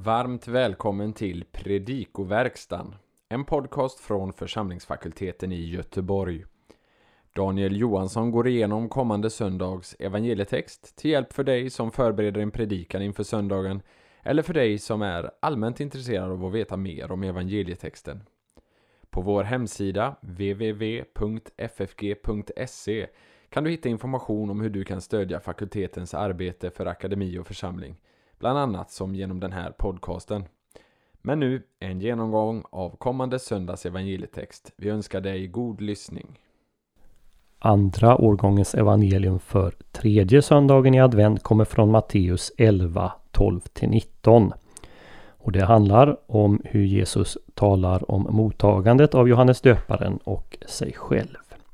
Varmt välkommen till Predikoverkstan, en podcast från församlingsfakulteten i Göteborg. Daniel Johansson går igenom kommande söndags evangelietext till hjälp för dig som förbereder en predikan inför söndagen eller för dig som är allmänt intresserad av att veta mer om evangelietexten. På vår hemsida www.ffg.se kan du hitta information om hur du kan stödja fakultetens arbete för akademi och församling, bland annat som genom den här podcasten. Men nu en genomgång av kommande söndags evangelietext. Vi önskar dig god lyssning. Andra årgångens evangelium för tredje söndagen i advent kommer från Matteus 11, 12-19. Och det handlar om hur Jesus talar om mottagandet av Johannes döparen och sig själv.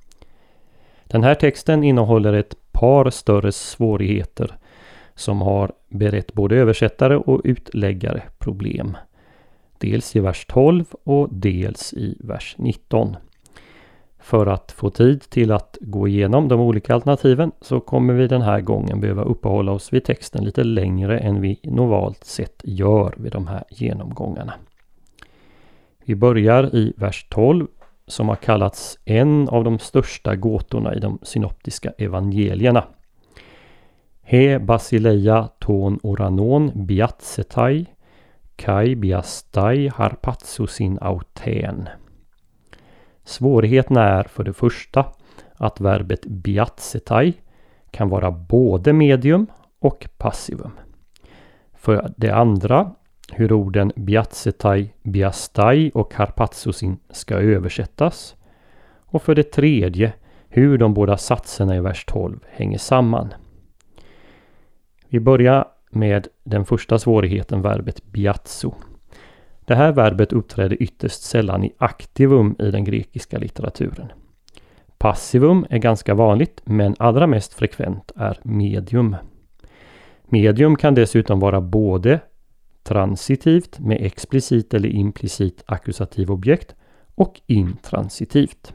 Den här texten innehåller ett par större svårigheter som har berett både översättare och utläggare problem. Dels i vers 12 och dels i vers 19. För att få tid till att gå igenom de olika alternativen så kommer vi den här gången behöva uppehålla oss vid texten lite längre än vi normalt sett gör vid de här genomgångarna. Vi börjar i vers 12 som har kallats en av de största gåtorna i de synoptiska evangelierna. He basileia ton oranon biatsetai, kai biastai harpatsusin auten. Svårigheten är för det första att verbet biatsetai kan vara både medium och passivum. För det andra hur orden biatsetai, biastai och harpatsusin ska översättas. Och för det tredje hur de båda satserna i vers 12 hänger samman. Vi börjar med den första svårigheten, verbet biatso. Det här verbet uppträder ytterst sällan i aktivum i den grekiska litteraturen. Passivum är ganska vanligt, men allra mest frekvent är medium. Medium kan dessutom vara både transitivt med explicit eller implicit ackusativ objekt och intransitivt.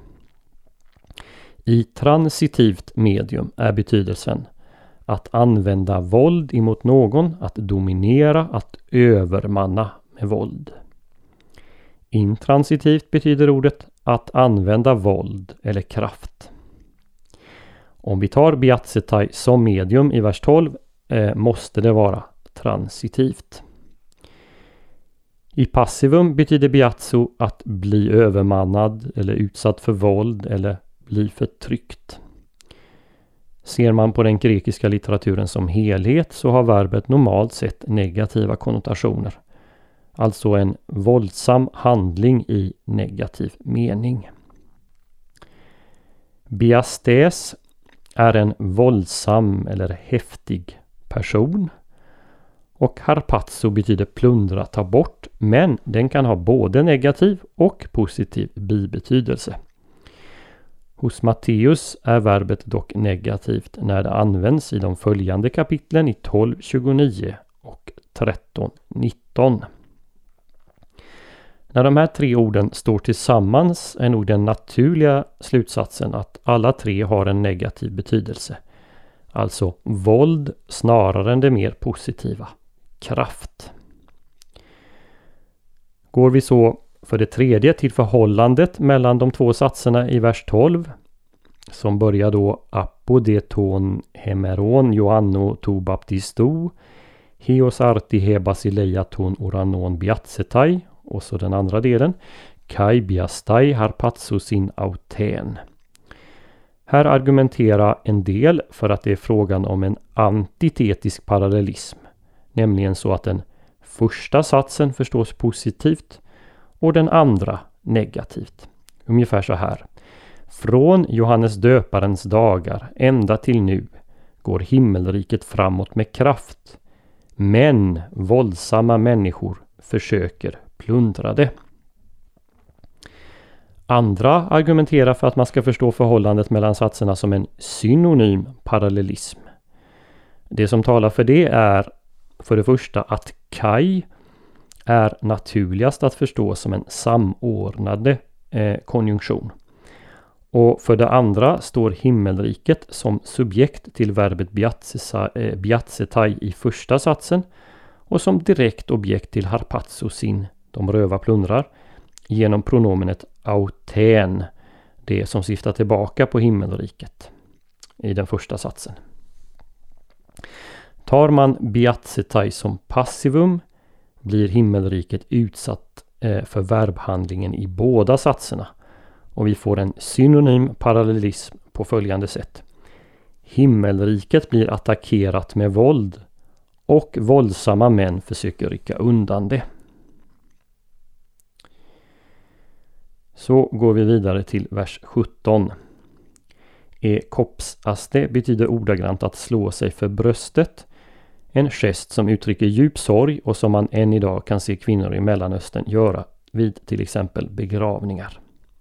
I transitivt medium är betydelsen att använda våld emot någon, att dominera, att övermanna med våld. Intransitivt betyder ordet att använda våld eller kraft. Om vi tar biatsetai som medium i vers 12 måste det vara transitivt. I passivum betyder biatso att bli övermannad eller utsatt för våld eller bli förtryckt. Ser man på den grekiska litteraturen som helhet så har verbet normalt sett negativa konnotationer. Alltså en våldsam handling i negativ mening. Biastes är en våldsam eller häftig person. Och harpatso betyder plundra, ta bort, men den kan ha både negativ och positiv bibetydelse. Hos Matteus är verbet dock negativt när det används i de följande kapitlen i 12:29 och 13:19. När de här tre orden står tillsammans är nog den naturliga slutsatsen att alla tre har en negativ betydelse. Alltså våld snarare än det mer positiva, kraft. Går vi så för det tredje till förhållandet mellan de två satserna i vers 12 som börjar då apodeton hemeron Joanno to baptisto heos arti he basileia ton oranon biatsetai och så den andra delen kai biastai harpatsusin auten. Här argumenterar en del för att det är frågan om en antitetisk parallellism, nämligen så att den första satsen förstås positivt och den andra negativt. Ungefär så här. Från Johannes döparens dagar ända till nu går himmelriket framåt med kraft. Men våldsamma människor försöker plundra det. Andra argumenterar för att man ska förstå förhållandet mellan satserna som en synonym parallellism. Det som talar för det är för det första att kai är naturligast att förstå som en samordnade konjunktion. Och för det andra står himmelriket som subjekt till verbet biatsetai i första satsen och som direkt objekt till harpatsosin, de röva plundrar, genom pronomenet autän, det som syftar tillbaka på himmelriket i den första satsen. Tar man biatsetai som passivum blir himmelriket utsatt för verbhandlingen i båda satserna och vi får en synonym parallellism på följande sätt. Himmelriket blir attackerat med våld och våldsamma män försöker rycka undan det. Så går vi vidare till vers 17. Kopsaste betyder ordagrant att slå sig för bröstet. En gest som uttrycker djup sorg och som man än idag kan se kvinnor i Mellanöstern göra vid till exempel begravningar.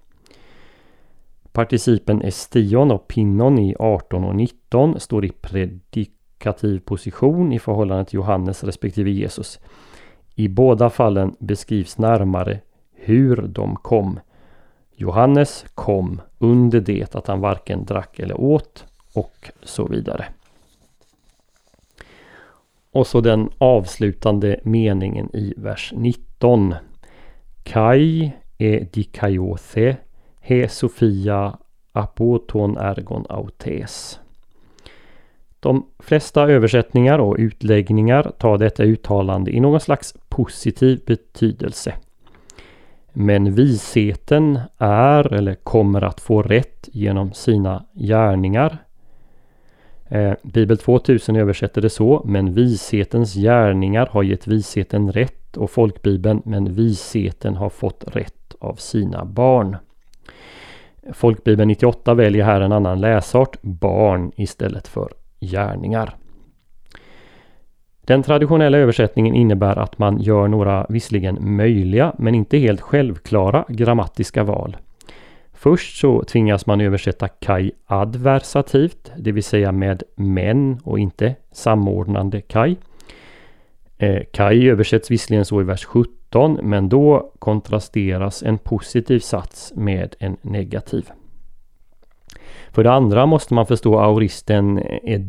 Participen estion och pinnon i 18 och 19 står i predikativ position i förhållande till Johannes respektive Jesus. I båda fallen beskrivs närmare hur de kom. Johannes kom under det att han varken drack eller åt och så vidare. Och så den avslutande meningen i vers 19. Kai dikaiothe he Sofia apoton ergon autes. De flesta översättningar och utläggningar tar detta uttalande i någon slags positiv betydelse. Men visheten är eller kommer att få rätt genom sina gärningar. Bibel 2000 översätter det så, men vishetens gärningar har gett visheten rätt, och folkbibeln, men visheten har fått rätt av sina barn. Folkbibeln 98 väljer här en annan läsart, barn istället för gärningar. Den traditionella översättningen innebär att man gör några visserligen möjliga men inte helt självklara grammatiska val. Först så tvingas man översätta kai adversativt, det vill säga med men och inte samordnande kai. Kai översätts visserligen så i vers 17, men då kontrasteras en positiv sats med en negativ. För det andra måste man förstå aoristen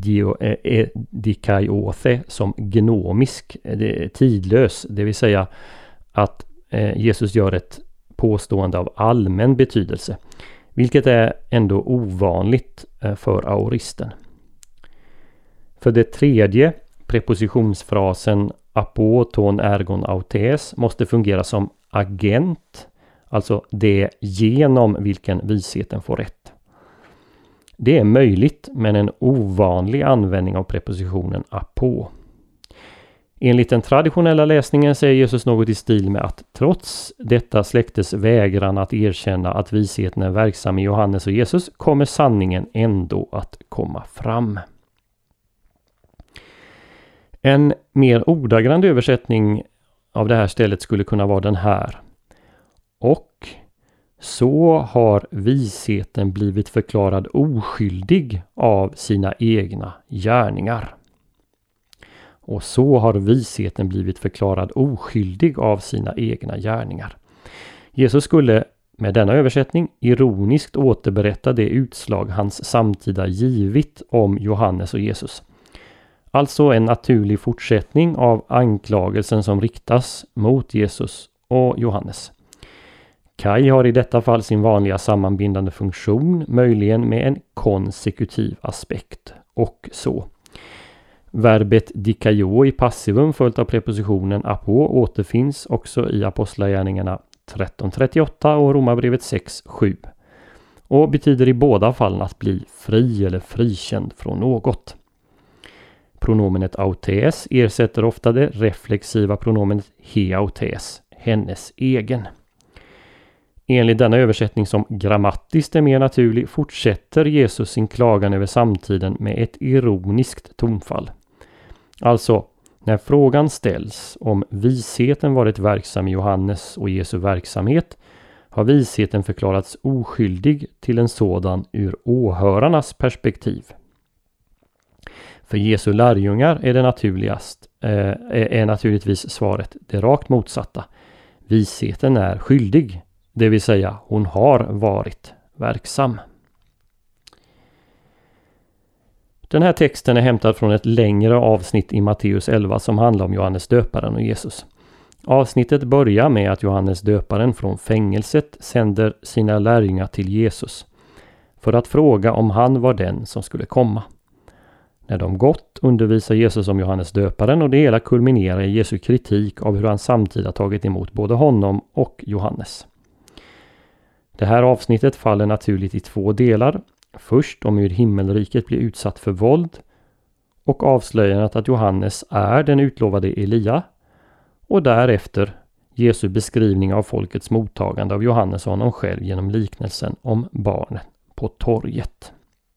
dikaiothe som gnomisk, tidlös, det vill säga att Jesus gör ett påstående av allmän betydelse, vilket är ändå ovanligt för aoristen. För det tredje, prepositionsfrasen apoton ergon autes måste fungera som agent, alltså det genom vilken visheten får rätt. Det är möjligt, men en ovanlig användning av prepositionen apo. Enligt den traditionella läsningen säger Jesus något i stil med att trots detta släktes vägran att erkänna att visheten är verksam i Johannes och Jesus kommer sanningen ändå att komma fram. En mer ordagrann översättning av det här stället skulle kunna vara den här. Och så har visheten blivit förklarad oskyldig av sina egna gärningar. Och så har visheten blivit förklarad oskyldig av sina egna gärningar. Jesus skulle med denna översättning ironiskt återberätta det utslag hans samtida givit om Johannes och Jesus. Alltså en naturlig fortsättning av anklagelsen som riktas mot Jesus och Johannes. Kai har i detta fall sin vanliga sammanbindande funktion, möjligen med en konsekutiv aspekt. Och så. Verbet dikaio i passivum följt av prepositionen apo återfinns också i Apostlagärningarna 13:38 och Romarbrevet 6:7. Och betyder i båda fallen att bli fri eller frikänd från något. Pronomenet autes ersätter ofta det reflexiva pronomenet he autes, hennes egen. Enligt denna översättning som grammatiskt är mer naturlig fortsätter Jesus sin klagan över samtiden med ett ironiskt tonfall. Alltså, när frågan ställs om visheten varit verksam i Johannes och Jesu verksamhet har visheten förklarats oskyldig till en sådan ur åhörarnas perspektiv. För Jesu lärjungar är det naturligtvis svaret det rakt motsatta. Visheten är skyldig, det vill säga hon har varit verksam. Den här texten är hämtad från ett längre avsnitt i Matteus 11 som handlar om Johannes döparen och Jesus. Avsnittet börjar med att Johannes döparen från fängelset sänder sina lärjungar till Jesus för att fråga om han var den som skulle komma. När de gått undervisar Jesus om Johannes döparen och det hela kulminerar i Jesu kritik av hur han samtidigt tagit emot både honom och Johannes. Det här avsnittet faller naturligt i två delar. Först om hur himmelriket blir utsatt för våld och avslöjandet att Johannes är den utlovade Elia, och därefter Jesu beskrivning av folkets mottagande av Johannes och honom själv genom liknelsen om barnen på torget.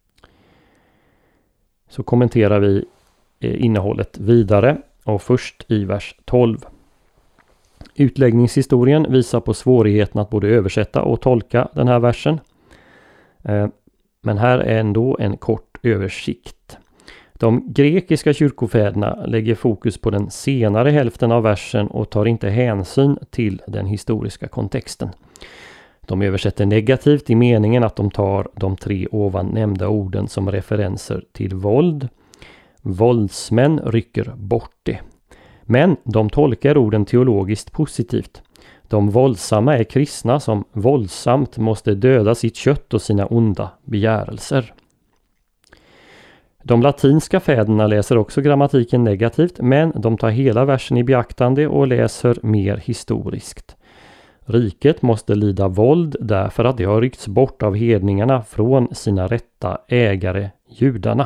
Så kommenterar vi innehållet vidare och först i vers 12. Utläggningshistorien visar på svårigheten att både översätta och tolka den här versen. Men här är ändå en kort översikt. De grekiska kyrkofäderna lägger fokus på den senare hälften av versen och tar inte hänsyn till den historiska kontexten. De översätter negativt i meningen att de tar de 3 ovan nämnda orden som referenser till våld. Våldsmän rycker bort det. Men de tolkar orden teologiskt positivt. De våldsamma är kristna som våldsamt måste döda sitt kött och sina onda begärelser. De latinska fäderna läser också grammatiken negativt, men de tar hela versen i beaktande och läser mer historiskt. Riket måste lida våld därför att det har ryckts bort av hedningarna från sina rätta ägare, judarna.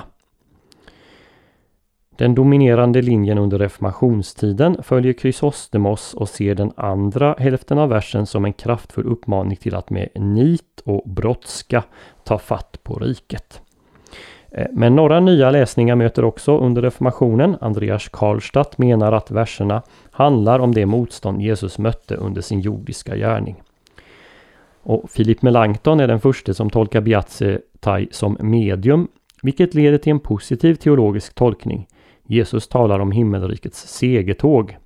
Den dominerande linjen under reformationstiden följer Chrysostomos och ser den andra hälften av versen som en kraftfull uppmaning till att med nit och brådska ta fatt på riket. Men några nya läsningar möter också under reformationen. Andreas Karlstadt menar att verserna handlar om det motstånd Jesus mötte under sin jordiska gärning. Och Philip Melanchthon är den första som tolkar Beatsai som medium, vilket leder till en positiv teologisk tolkning. Jesus talar om himmelrikets segertåg.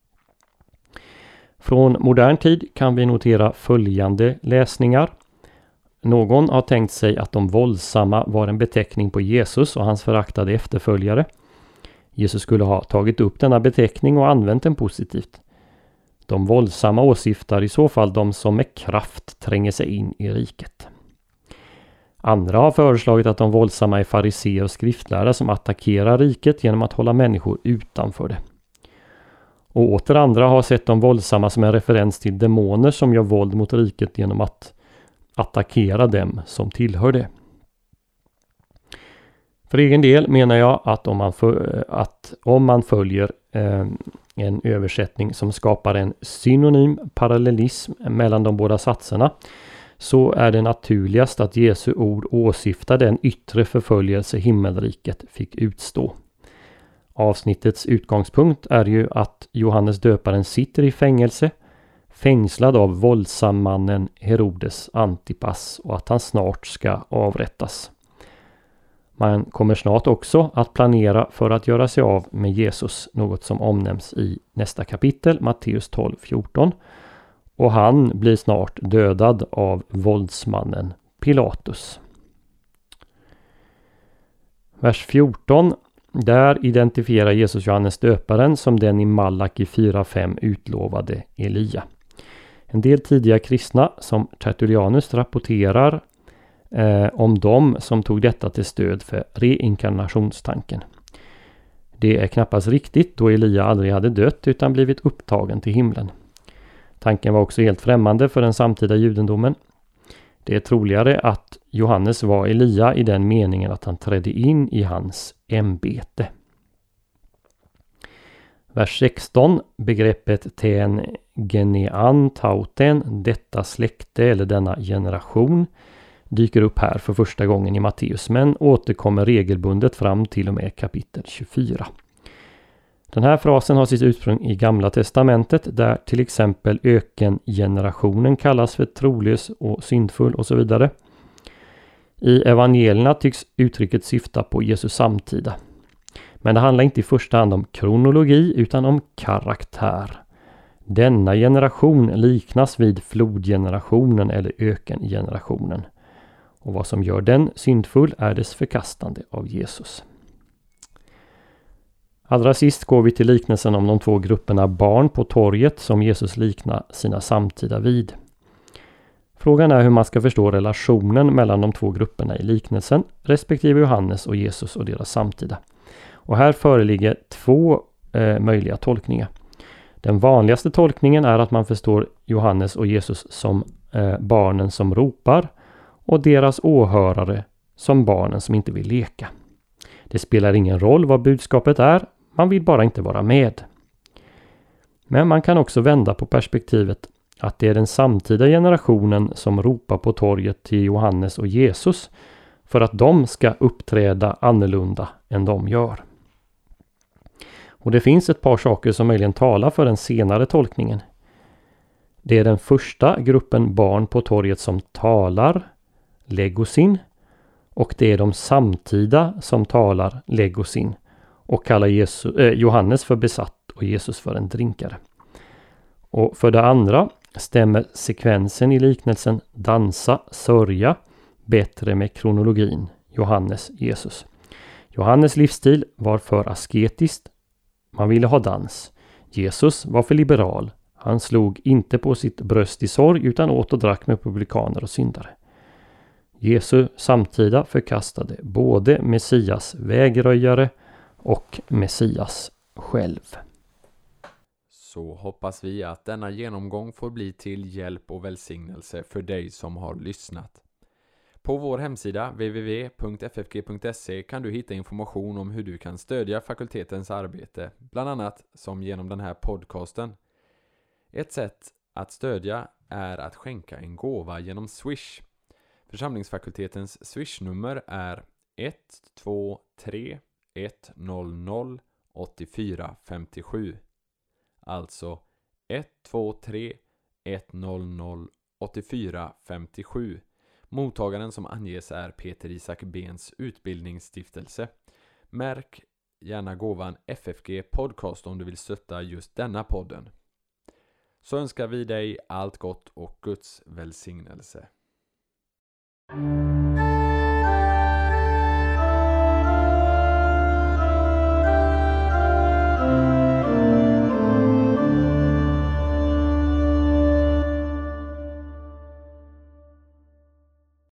Från modern tid kan vi notera följande läsningar. Någon har tänkt sig att de våldsamma var en beteckning på Jesus och hans föraktade efterföljare. Jesus skulle ha tagit upp denna beteckning och använt den positivt. De våldsamma åsyftar i så fall de som med kraft tränger sig in i riket. Andra har föreslagit att de våldsamma är fariseer och skriftlärare som attackerar riket genom att hålla människor utanför det. Och åter andra har sett de våldsamma som en referens till demoner som gör våld mot riket genom att attackera dem som tillhör det. För egen del menar jag att om man följer en översättning som skapar en synonym parallellism mellan de båda satserna, så är det naturligast att Jesu ord åsyftar den yttre förföljelse himmelriket fick utstå. Avsnittets utgångspunkt är ju att Johannes döparen sitter i fängelse, fängslad av våldsammannen Herodes Antipas, och att han snart ska avrättas. Man kommer snart också att planera för att göra sig av med Jesus, något som omnämns i nästa kapitel, Matteus 12:14. Och han blir snart dödad av våldsmannen Pilatus. Vers 14. Där identifierar Jesus Johannes döparen som den i Malaki 4:5 utlovade Elia. En del tidiga kristna som Tertullianus rapporterar om dem som tog detta till stöd för reinkarnationstanken. Det är knappast riktigt då Elia aldrig hade dött utan blivit upptagen till himlen. Tanken var också helt främmande för den samtida judendomen. Det är troligare att Johannes var Elia i den meningen att han trädde in i hans ämbete. Vers 16, begreppet ten genean tauten, detta släkte eller denna generation, dyker upp här för första gången i Matteus, men återkommer regelbundet fram till och med kapitel 24. Den här frasen har sitt ursprung i Gamla testamentet, där till exempel ökengenerationen kallas för trolös och syndfull och så vidare. I evangelierna tycks uttrycket syfta på Jesus samtida. Men det handlar inte i första hand om kronologi utan om karaktär. Denna generation liknas vid flodgenerationen eller ökengenerationen. Och vad som gör den syndfull är dess förkastande av Jesus. Allra sist går vi till liknelsen om de två grupperna barn på torget som Jesus liknar sina samtida vid. Frågan är hur man ska förstå relationen mellan de två grupperna i liknelsen, respektive Johannes och Jesus och deras samtida. Och här föreligger två möjliga tolkningar. Den vanligaste tolkningen är att man förstår Johannes och Jesus som barnen som ropar och deras åhörare som barnen som inte vill leka. Det spelar ingen roll vad budskapet är, man vill bara inte vara med. Men man kan också vända på perspektivet att det är den samtida generationen som ropar på torget till Johannes och Jesus för att de ska uppträda annorlunda än de gör. Och det finns ett par saker som möjligen talar för den senare tolkningen. Det är den första gruppen barn på torget som talar, legosin, och det är de samtida som talar, legosin, och kallar Johannes för besatt och Jesus för en drinkare. Och för det andra stämmer sekvensen i liknelsen dansa, sörja bättre med kronologin Johannes-Jesus. Johannes livsstil var för asketiskt. Man ville ha dans. Jesus var för liberal. Han slog inte på sitt bröst i sorg utan åt och drack med publikaner och syndare. Jesu samtida förkastade både Messias vägröjare och Messias själv. Så hoppas vi att denna genomgång får bli till hjälp och välsignelse för dig som har lyssnat. På vår hemsida www.ffg.se kan du hitta information om hur du kan stödja fakultetens arbete, bland annat som genom den här podcasten. Ett sätt att stödja är att skänka en gåva genom Swish. Församlingsfakultetens Swish-nummer är 123 100 8457. Alltså 123 100 8457. Mottagaren som anges är Peter Isak Bens utbildningsstiftelse. Märk gärna gåvan FFG Podcast om du vill stötta just denna podden. Så önskar vi dig allt gott och Guds välsignelse.